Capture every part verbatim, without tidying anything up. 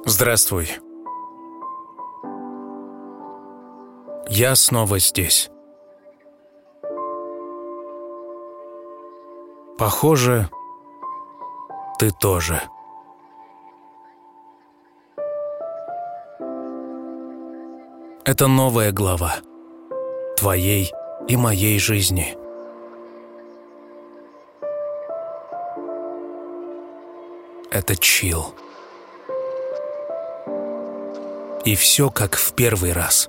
Здравствуй. Я снова здесь. Похоже, ты тоже. Это новая глава твоей и моей жизни. Это чилл. И все как в первый раз.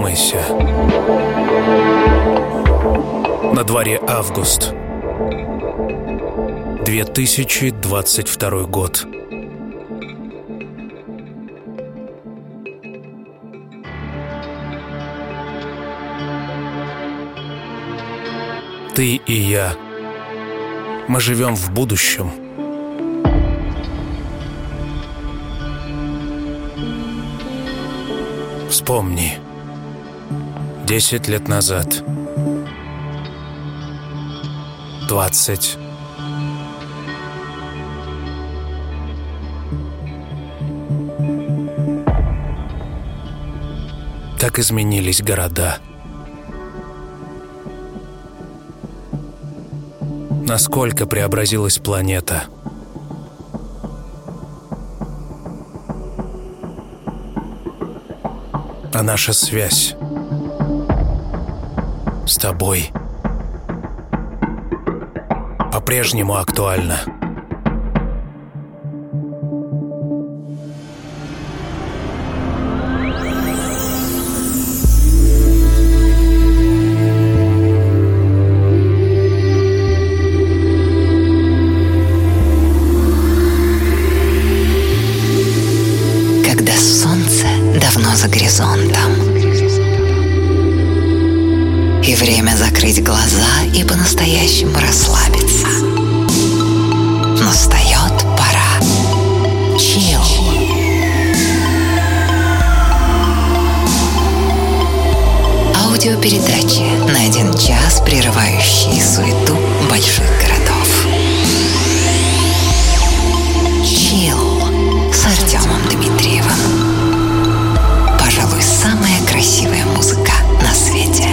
На дворе август. две тысячи двадцать второй год. Ты и я. Мы живем в будущем. Вспомни. Десять лет назад. Двадцать. Как изменились города. Насколько преобразилась планета. А наша связь с тобой по-прежнему актуальна. Когда солнце давно за горизонтом, и время закрыть глаза и по-настоящему расслабиться. Настает пора. Чил. Аудиопередачи на один час, прерывающие суету больших городов. Чил с Артемом Дмитриевым. Пожалуй, самая красивая музыка на свете.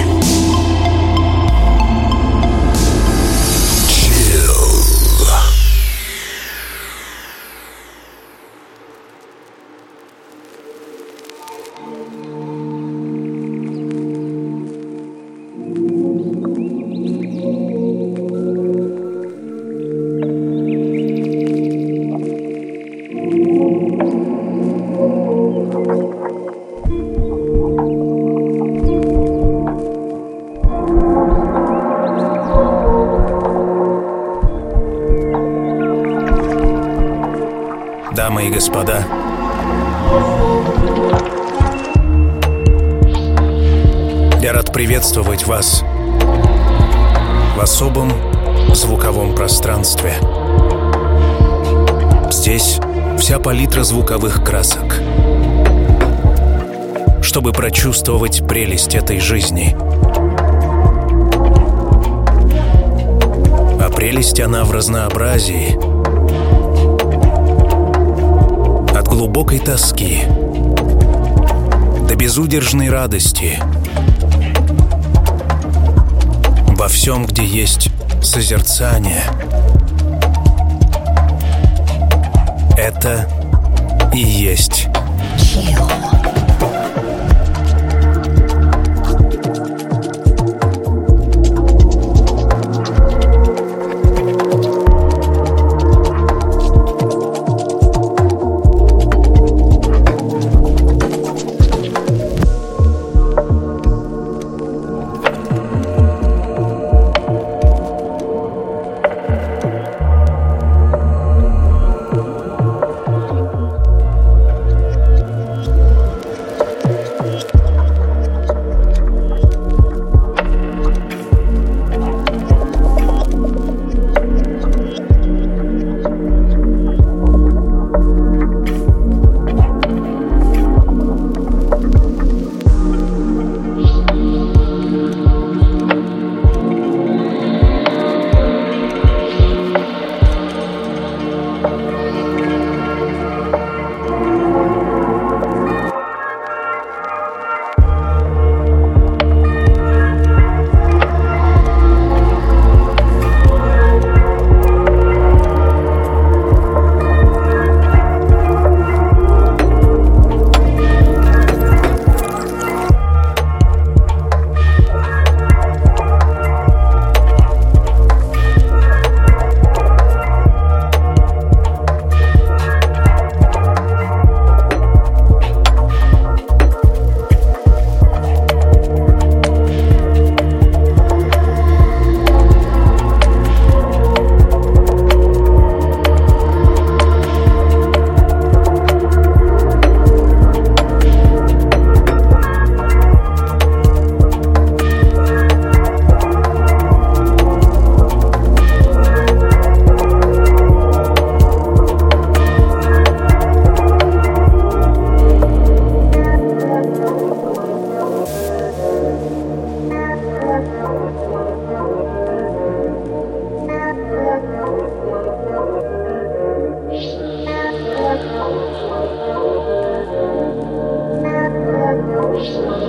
Дамы и господа, я рад приветствовать вас в особом звуковом пространстве. Здесь вся палитра звуковых красок, чтобы прочувствовать прелесть этой жизни. А прелесть она в разнообразии. От глубокой тоски до безудержной радости. Во всем, где есть созерцание. Это и есть Чил.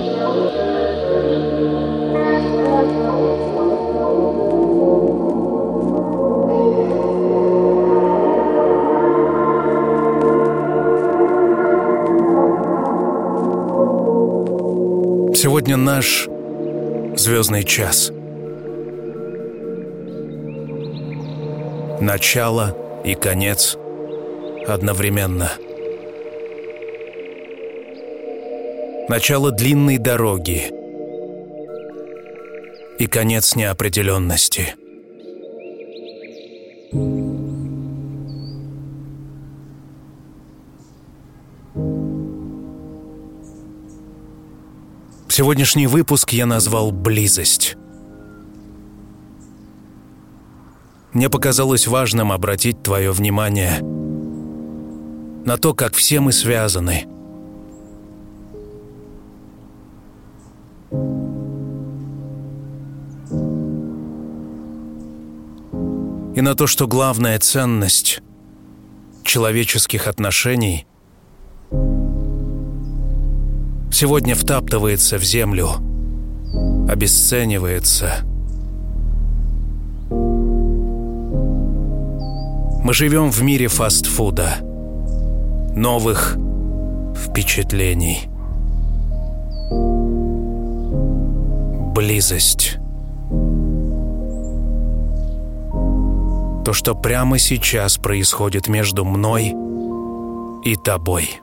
Сегодня наш звездный час. Начало и конец одновременно. Начало длинной дороги и конец неопределенности. Сегодняшний выпуск я назвал «Близость». Мне показалось важным обратить твое внимание на то, как все мы связаны. И на то, что главная ценность человеческих отношений сегодня втаптывается в землю, обесценивается. Мы живем в мире фастфуда, новых впечатлений. Близость. То, что прямо сейчас происходит между мной и тобой.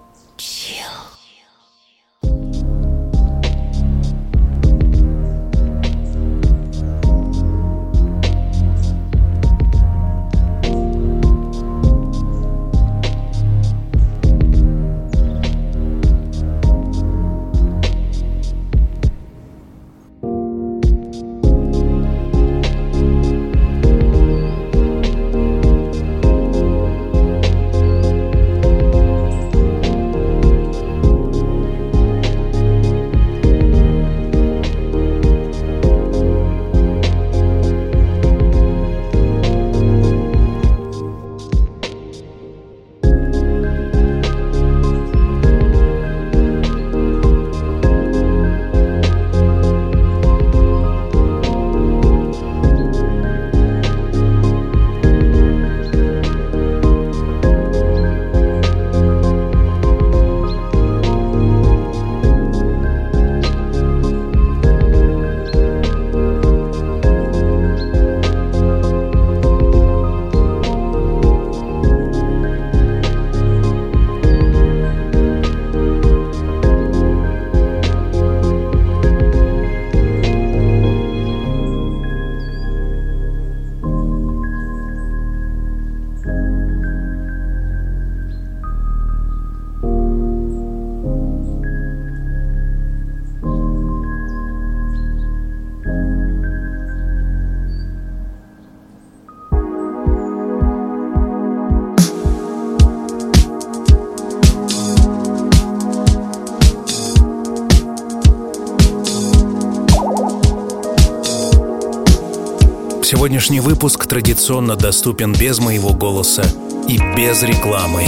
Сегодняшний выпуск традиционно доступен без моего голоса и без рекламы.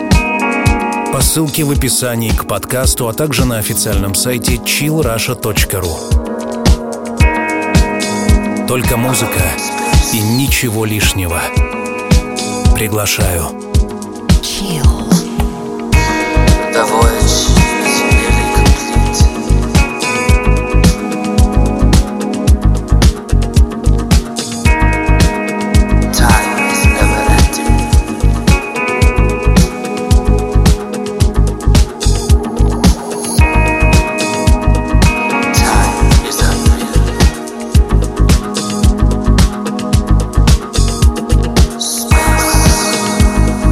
По ссылке в описании к подкасту, а также на официальном сайте чил раша точка ру. Только музыка и ничего лишнего. Приглашаю. Chill. The voyage is nearly complete. Time is never ending. Time is unreal. Space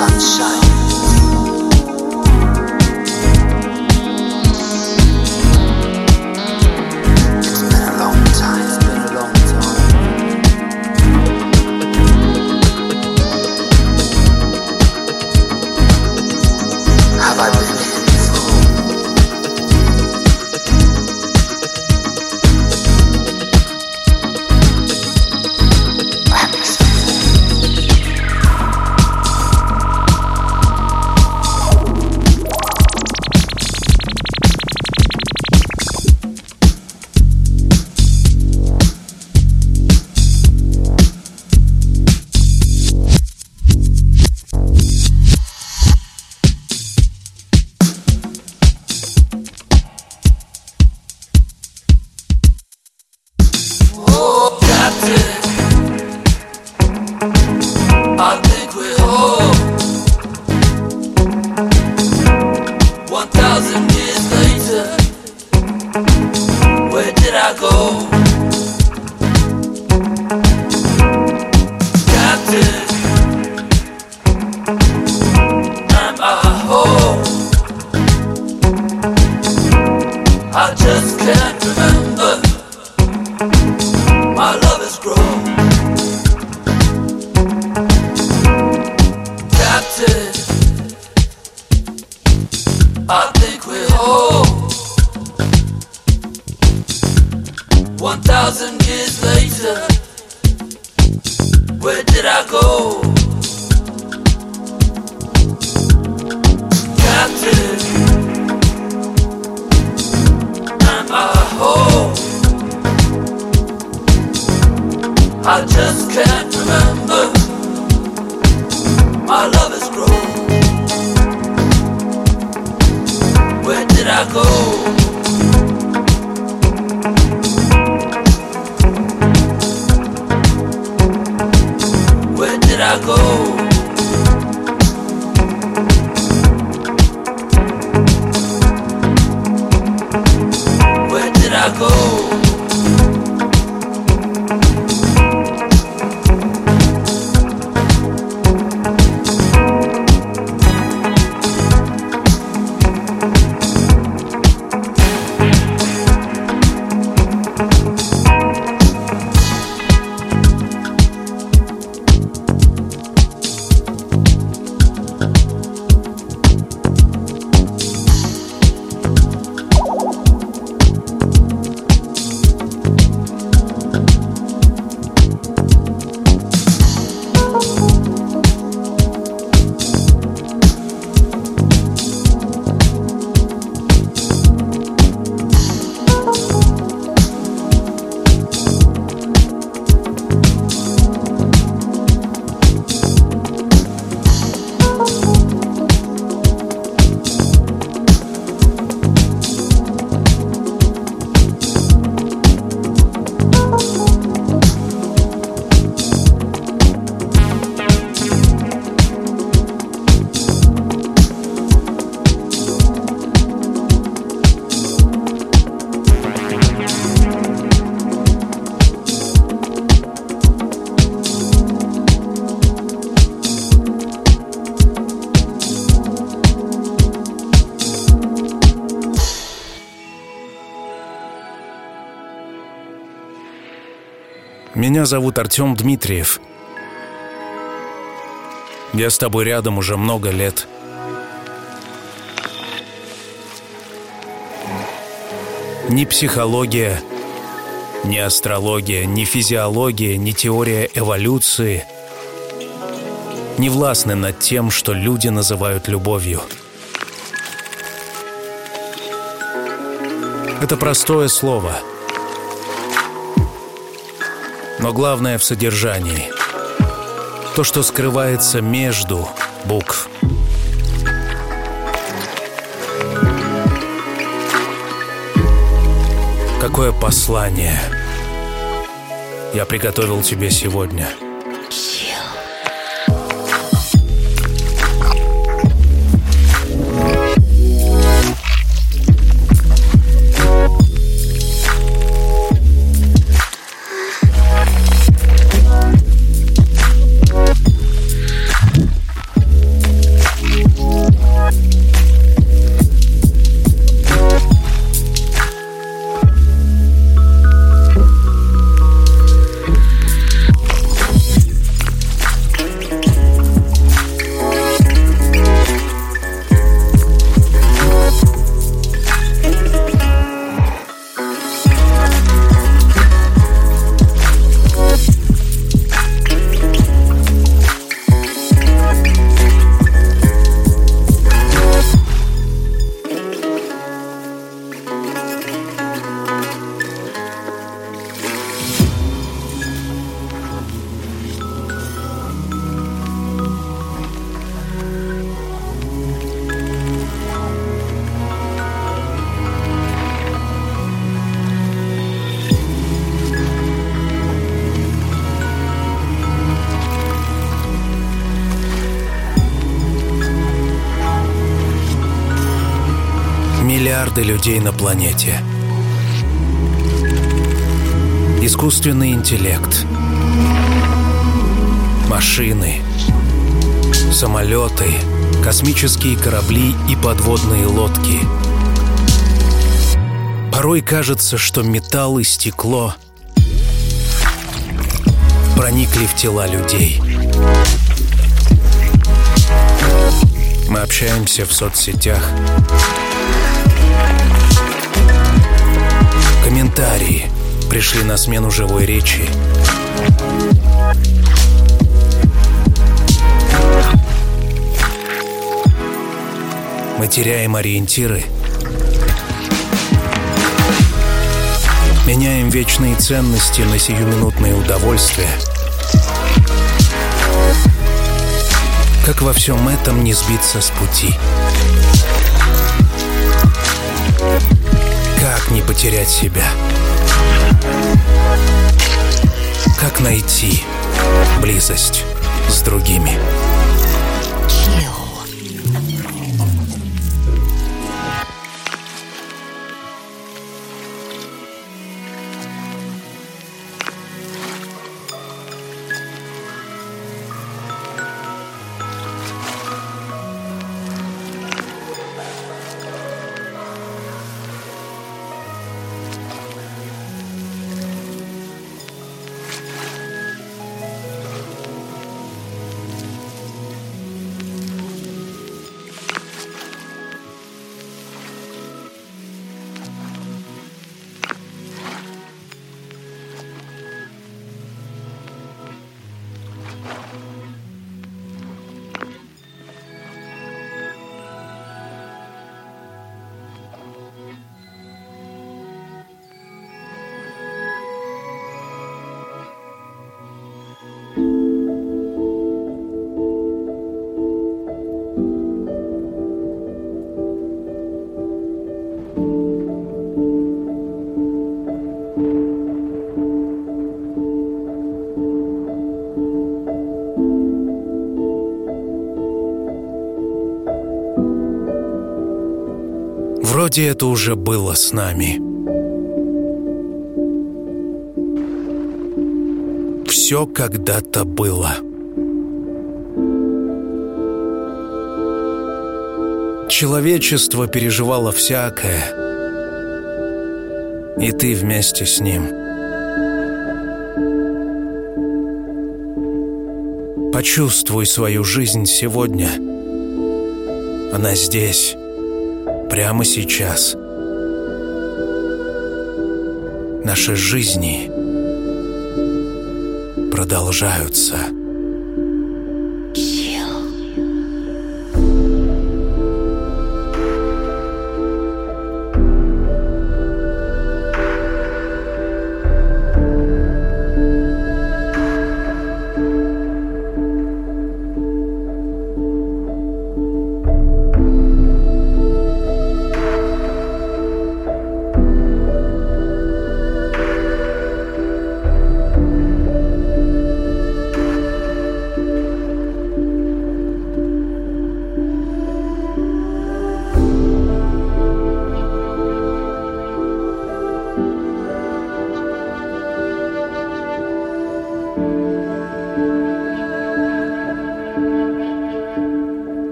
Меня зовут Артем Дмитриев. Я с тобой рядом уже много лет. Ни психология, ни астрология, ни физиология, ни теория эволюции не властны над тем, что люди называют любовью. Это простое слово. Но главное в содержании. То, что скрывается между букв. Какое послание я приготовил тебе сегодня? миллиарды людей на планете. Искусственный интеллект, машины, самолеты, космические корабли и подводные лодки. Порой кажется, что металл и стекло проникли в тела людей. Мы общаемся в соцсетях. Комментарии пришли на смену живой речи. Мы теряем ориентиры, меняем вечные ценности на сиюминутные удовольствия. Как во всем этом не сбиться с пути? Как не потерять себя? Как найти близость с другими? Вроде это уже было с нами. Все когда-то было. Человечество переживало всякое, и ты вместе с ним. Почувствуй свою жизнь сегодня. Она здесь. Прямо сейчас. Наши жизни продолжаются.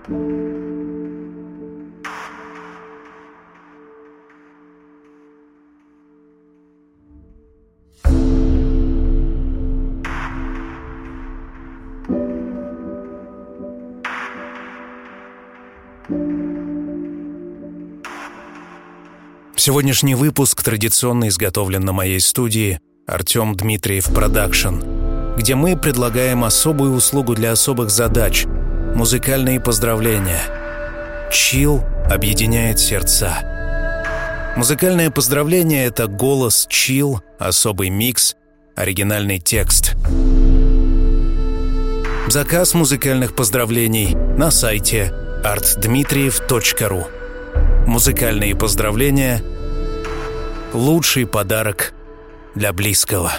Сегодняшний выпуск традиционно изготовлен на моей студии Артем Дмитриев Продакшн, где мы предлагаем особую услугу для особых задач – музыкальные поздравления. Чилл объединяет сердца. Музыкальное поздравление – это голос, чилл, особый микс, оригинальный текст. Заказ музыкальных поздравлений на сайте арт дмитриев точка ру. Музыкальные поздравления – лучший подарок для близкого.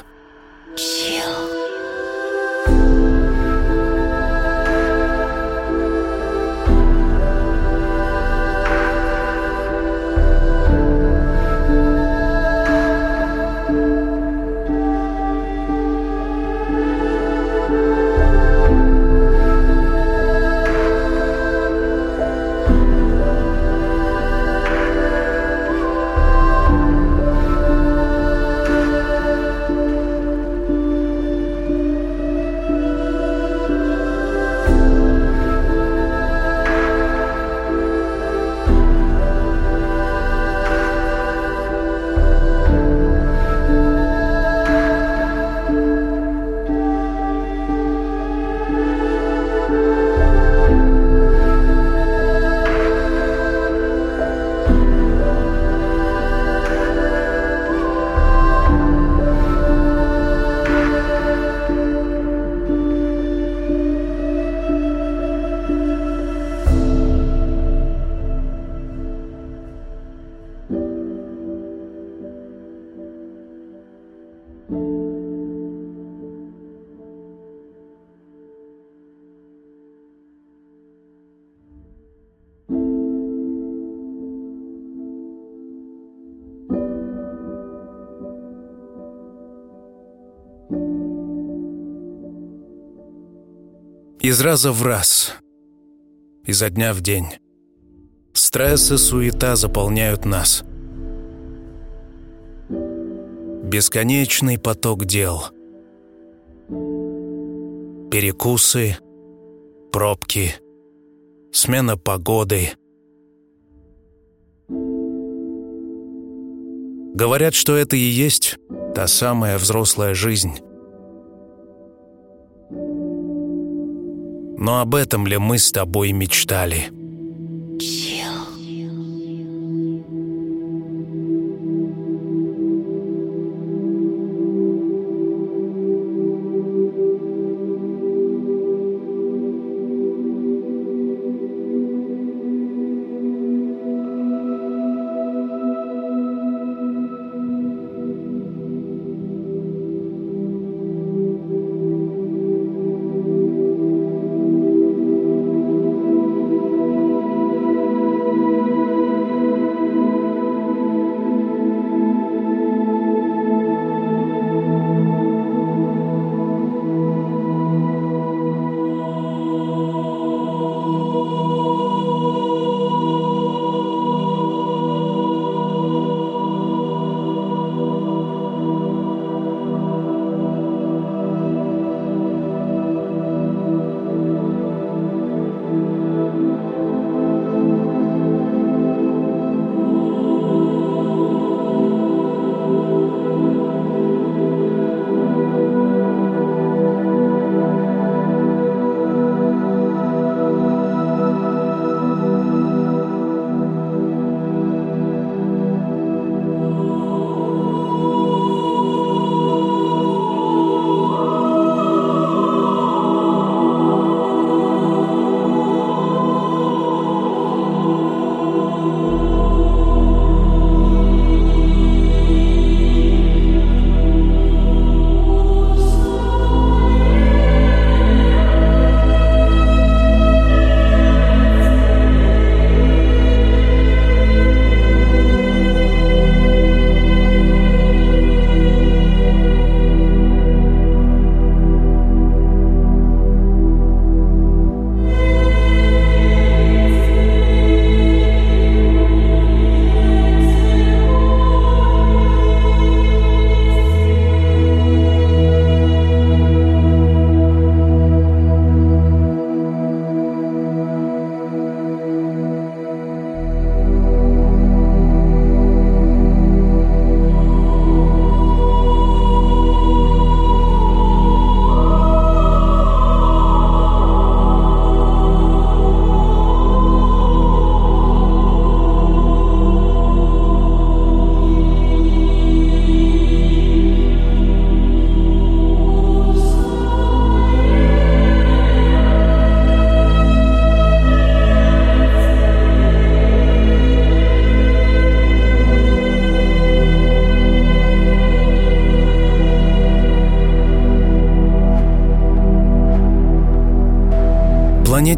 Из раза в раз, изо дня в день, стресс и суета заполняют нас. Бесконечный поток дел. Перекусы, пробки, смена погоды. Говорят, что это и есть та самая взрослая жизнь. Но об этом ли мы с тобой мечтали?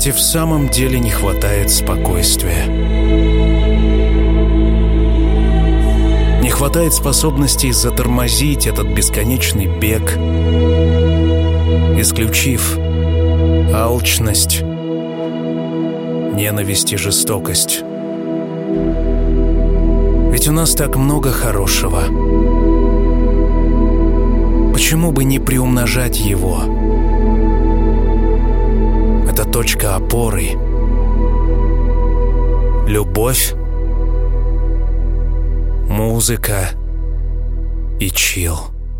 ведь и в самом деле не хватает спокойствия. Не хватает способности затормозить этот бесконечный бег, исключив алчность, ненависть и жестокость. Ведь у нас так много хорошего. Почему бы не приумножать его? Это точка опоры. Любовь, музыка и чил.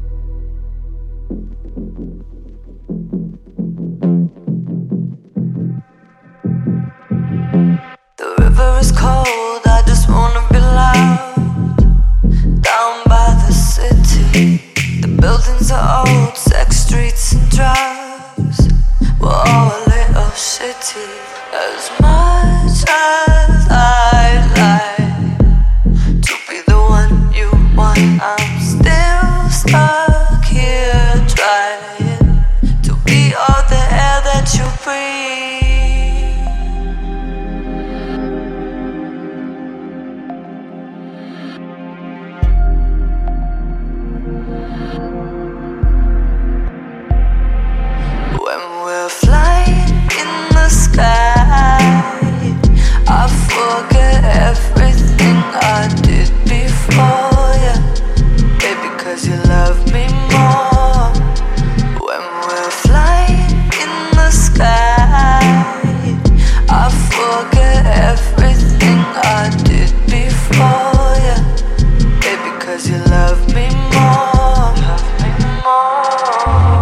Buildings are old, sex streets and drugs. We're all a little city. As much as I'd like to be the one you want, I'm still stuck here trying to be all the air that you breathe. I forget everything I did before, yeah. Baby, cause you love me more. When we're flying in the sky, I forget everything I did before, yeah. Baby, cause you love me more. Love me more.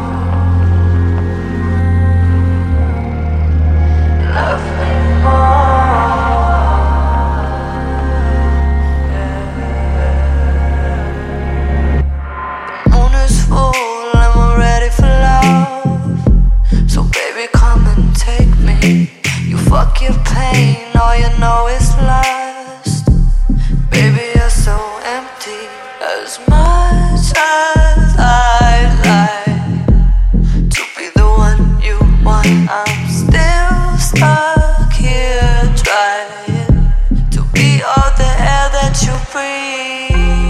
Love me more. Fuck your pain, all you know is lust. Baby, you're so empty. As much as I'd like to be the one you want, I'm still stuck here trying to be all the air that you breathe.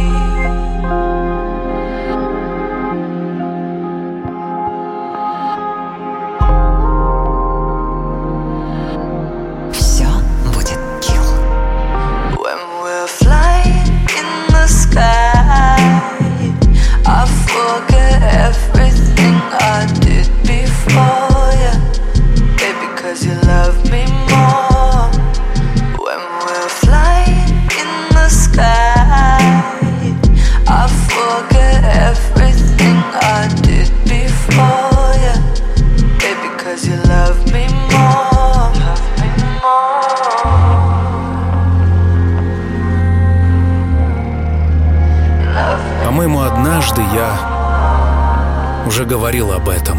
I forget everything I did before, yeah. Baby, cause you love me more. When we're flying in the sky, I forget everything I did before, yeah. Baby, cause you love me more. Love me more. По-моему, однажды я уже говорил об этом.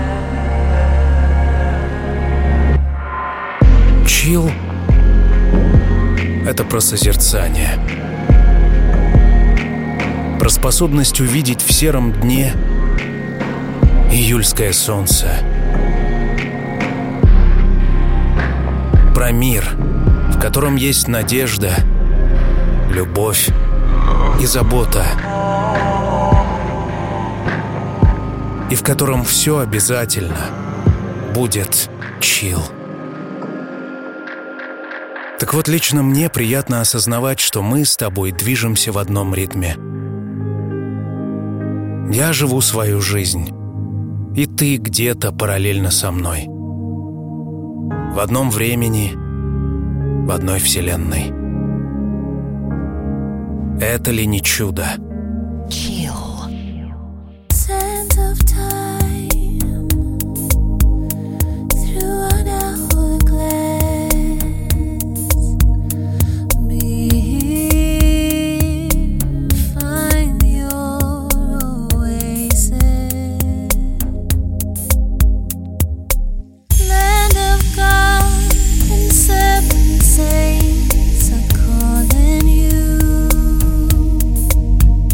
Чил — это про созерцание, про способность увидеть в сером дне июльское солнце, про мир, в котором есть надежда, любовь и забота, и в котором все обязательно будет чил. Так вот, лично мне приятно осознавать, что мы с тобой движемся в одном ритме. Я живу свою жизнь, и ты где-то параллельно со мной. В одном времени, в одной вселенной. Это ли не чудо? Chill. Saints are calling you.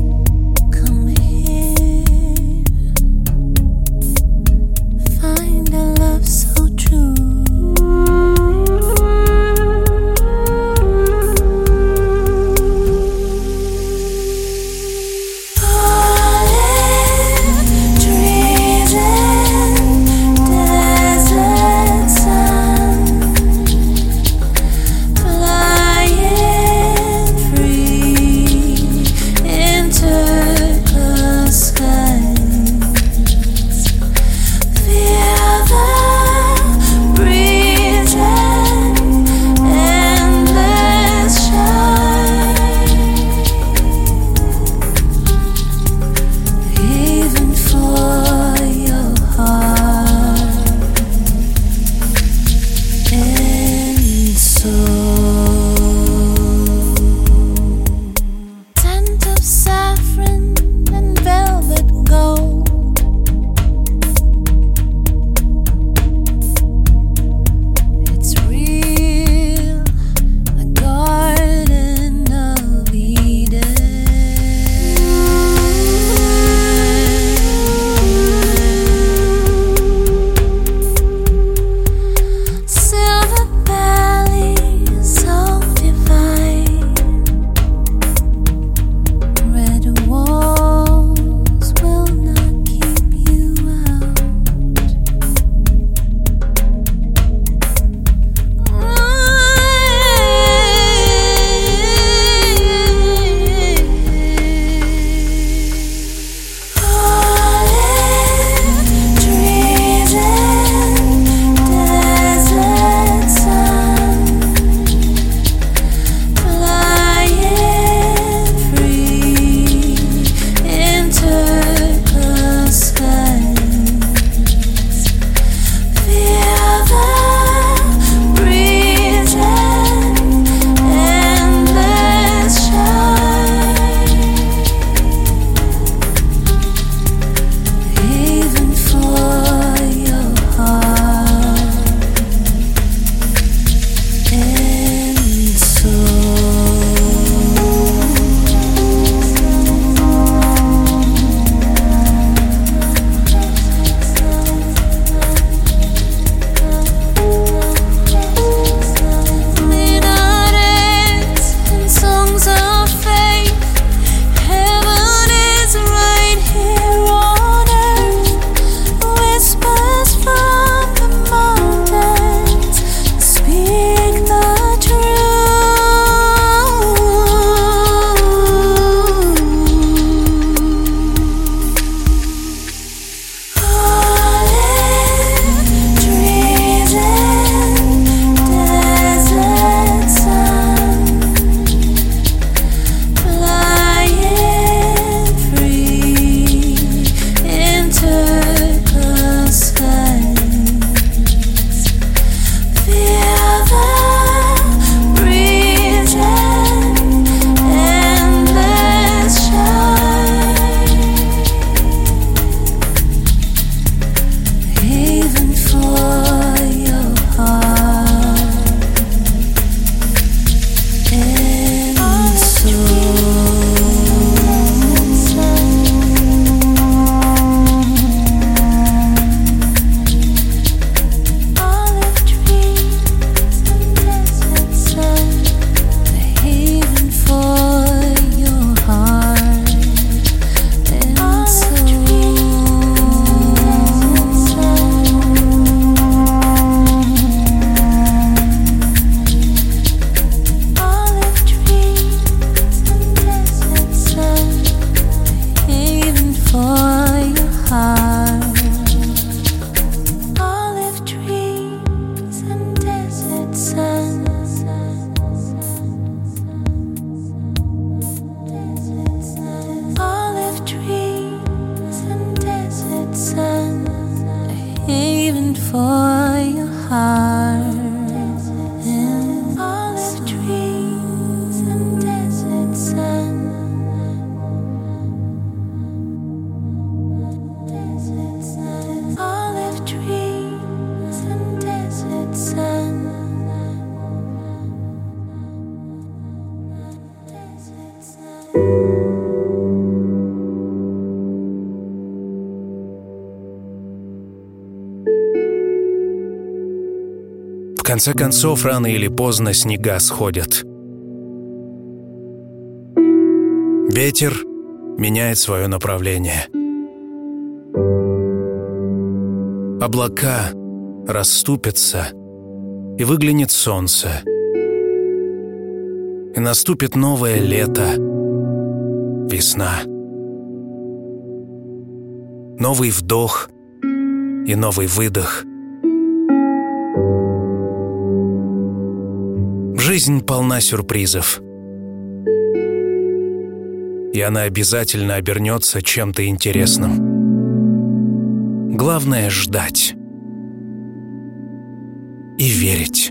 конце концов, рано или поздно снега сходят. Ветер меняет свое направление. Облака расступятся, и выглянет солнце. И наступит новое лето, весна. Новый вдох и новый выдох. Жизнь полна сюрпризов. И она обязательно обернется чем-то интересным. Главное — ждать и верить.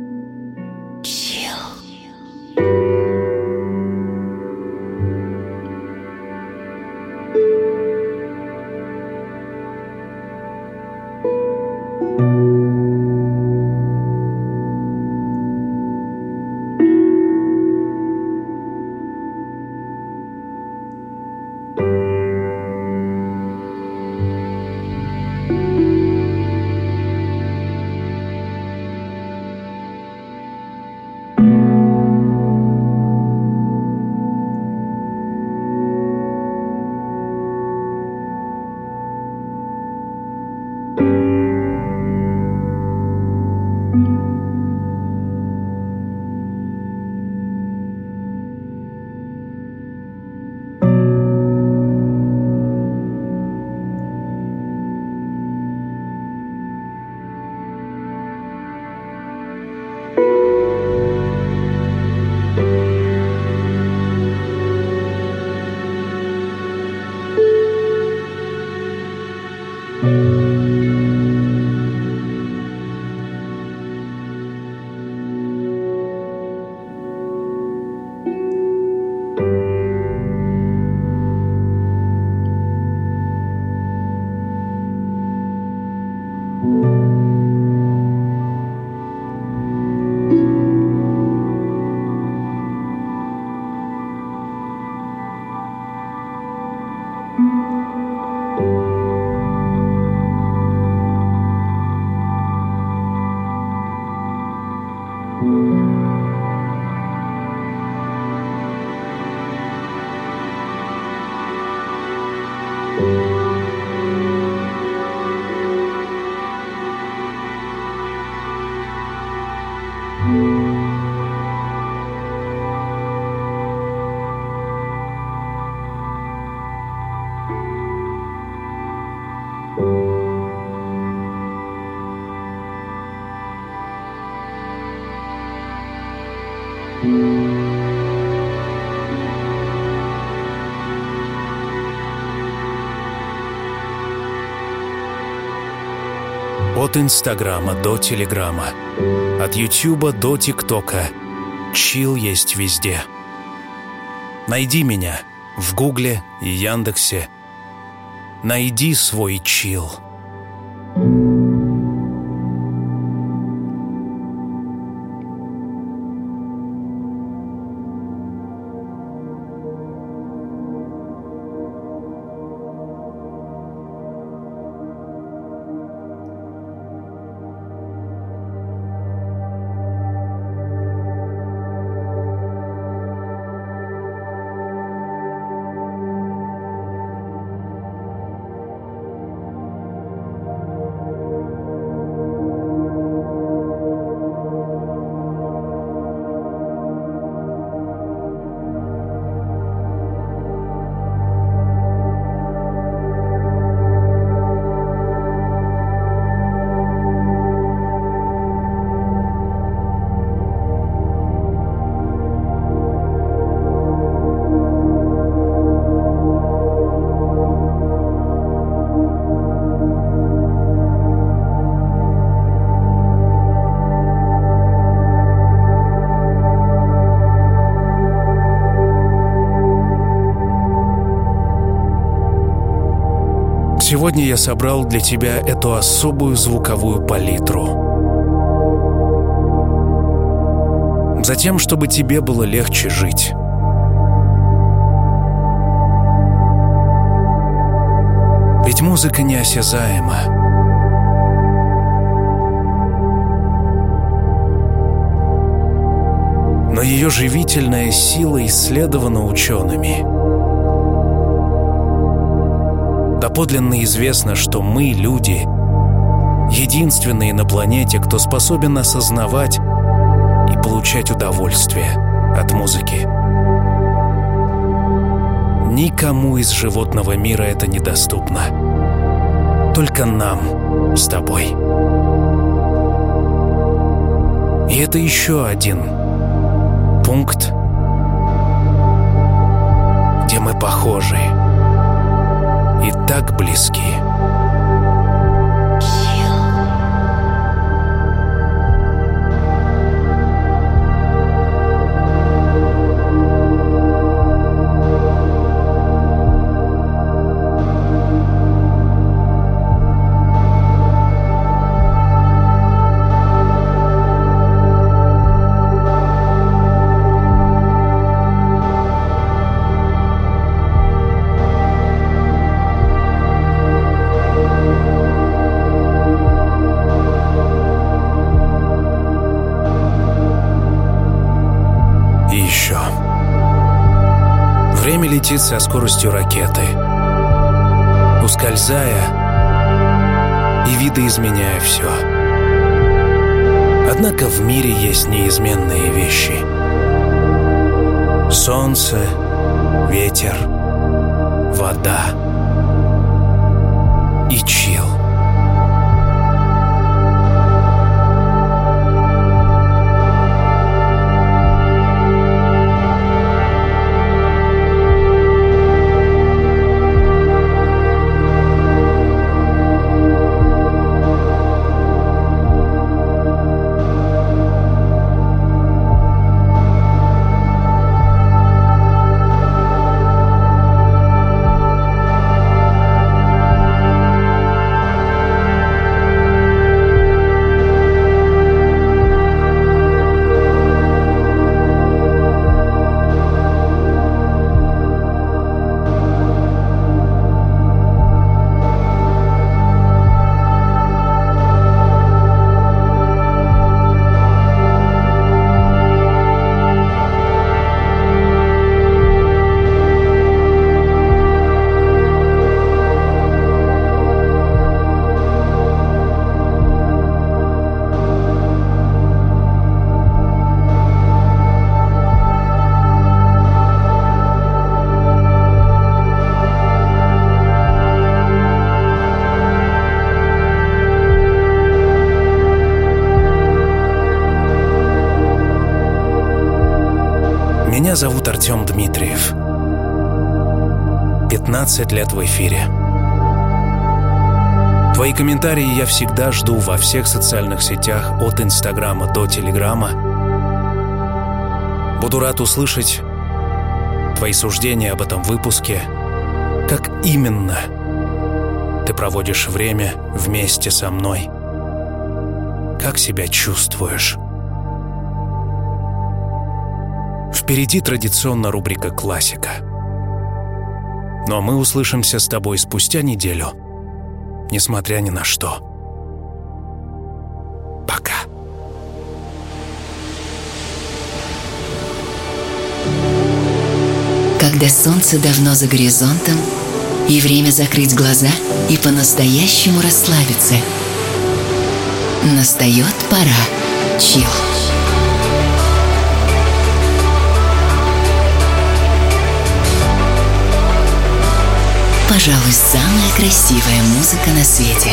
От Инстаграма до Телеграма, от Ютуба до ТикТока. Чилл есть везде. Найди меня в Гугле и Яндексе. Найди свой чилл. Сегодня я собрал для тебя эту особую звуковую палитру. Затем, чтобы тебе было легче жить. Ведь музыка неосязаема. но ее живительная сила исследована учеными. Доподлинно известно, что мы, люди, единственные на планете, кто способен осознавать и получать удовольствие от музыки. Никому из животного мира это недоступно. Только нам с тобой. И это еще один пункт, где мы похожи и так близки. Время летит со скоростью ракеты, ускользая и видоизменяя все. Однако в мире есть неизменные вещи. Солнце, ветер, вода и чил. Меня зовут Артем Дмитриев. пятнадцать лет в эфире. Твои комментарии я всегда жду во всех социальных сетях, от Инстаграма до Телеграма. Буду рад услышать твои суждения об этом выпуске. Как именно ты проводишь время вместе со мной? Как себя чувствуешь? Впереди традиционно рубрика «Классика». Но мы услышимся с тобой спустя неделю, несмотря ни на что. Пока. Когда солнце давно за горизонтом, и время закрыть глаза и по-настоящему расслабиться, настает пора чил. Пожалуй, самая красивая музыка на свете.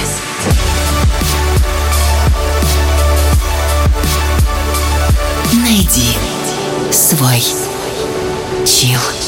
Найди свой чил.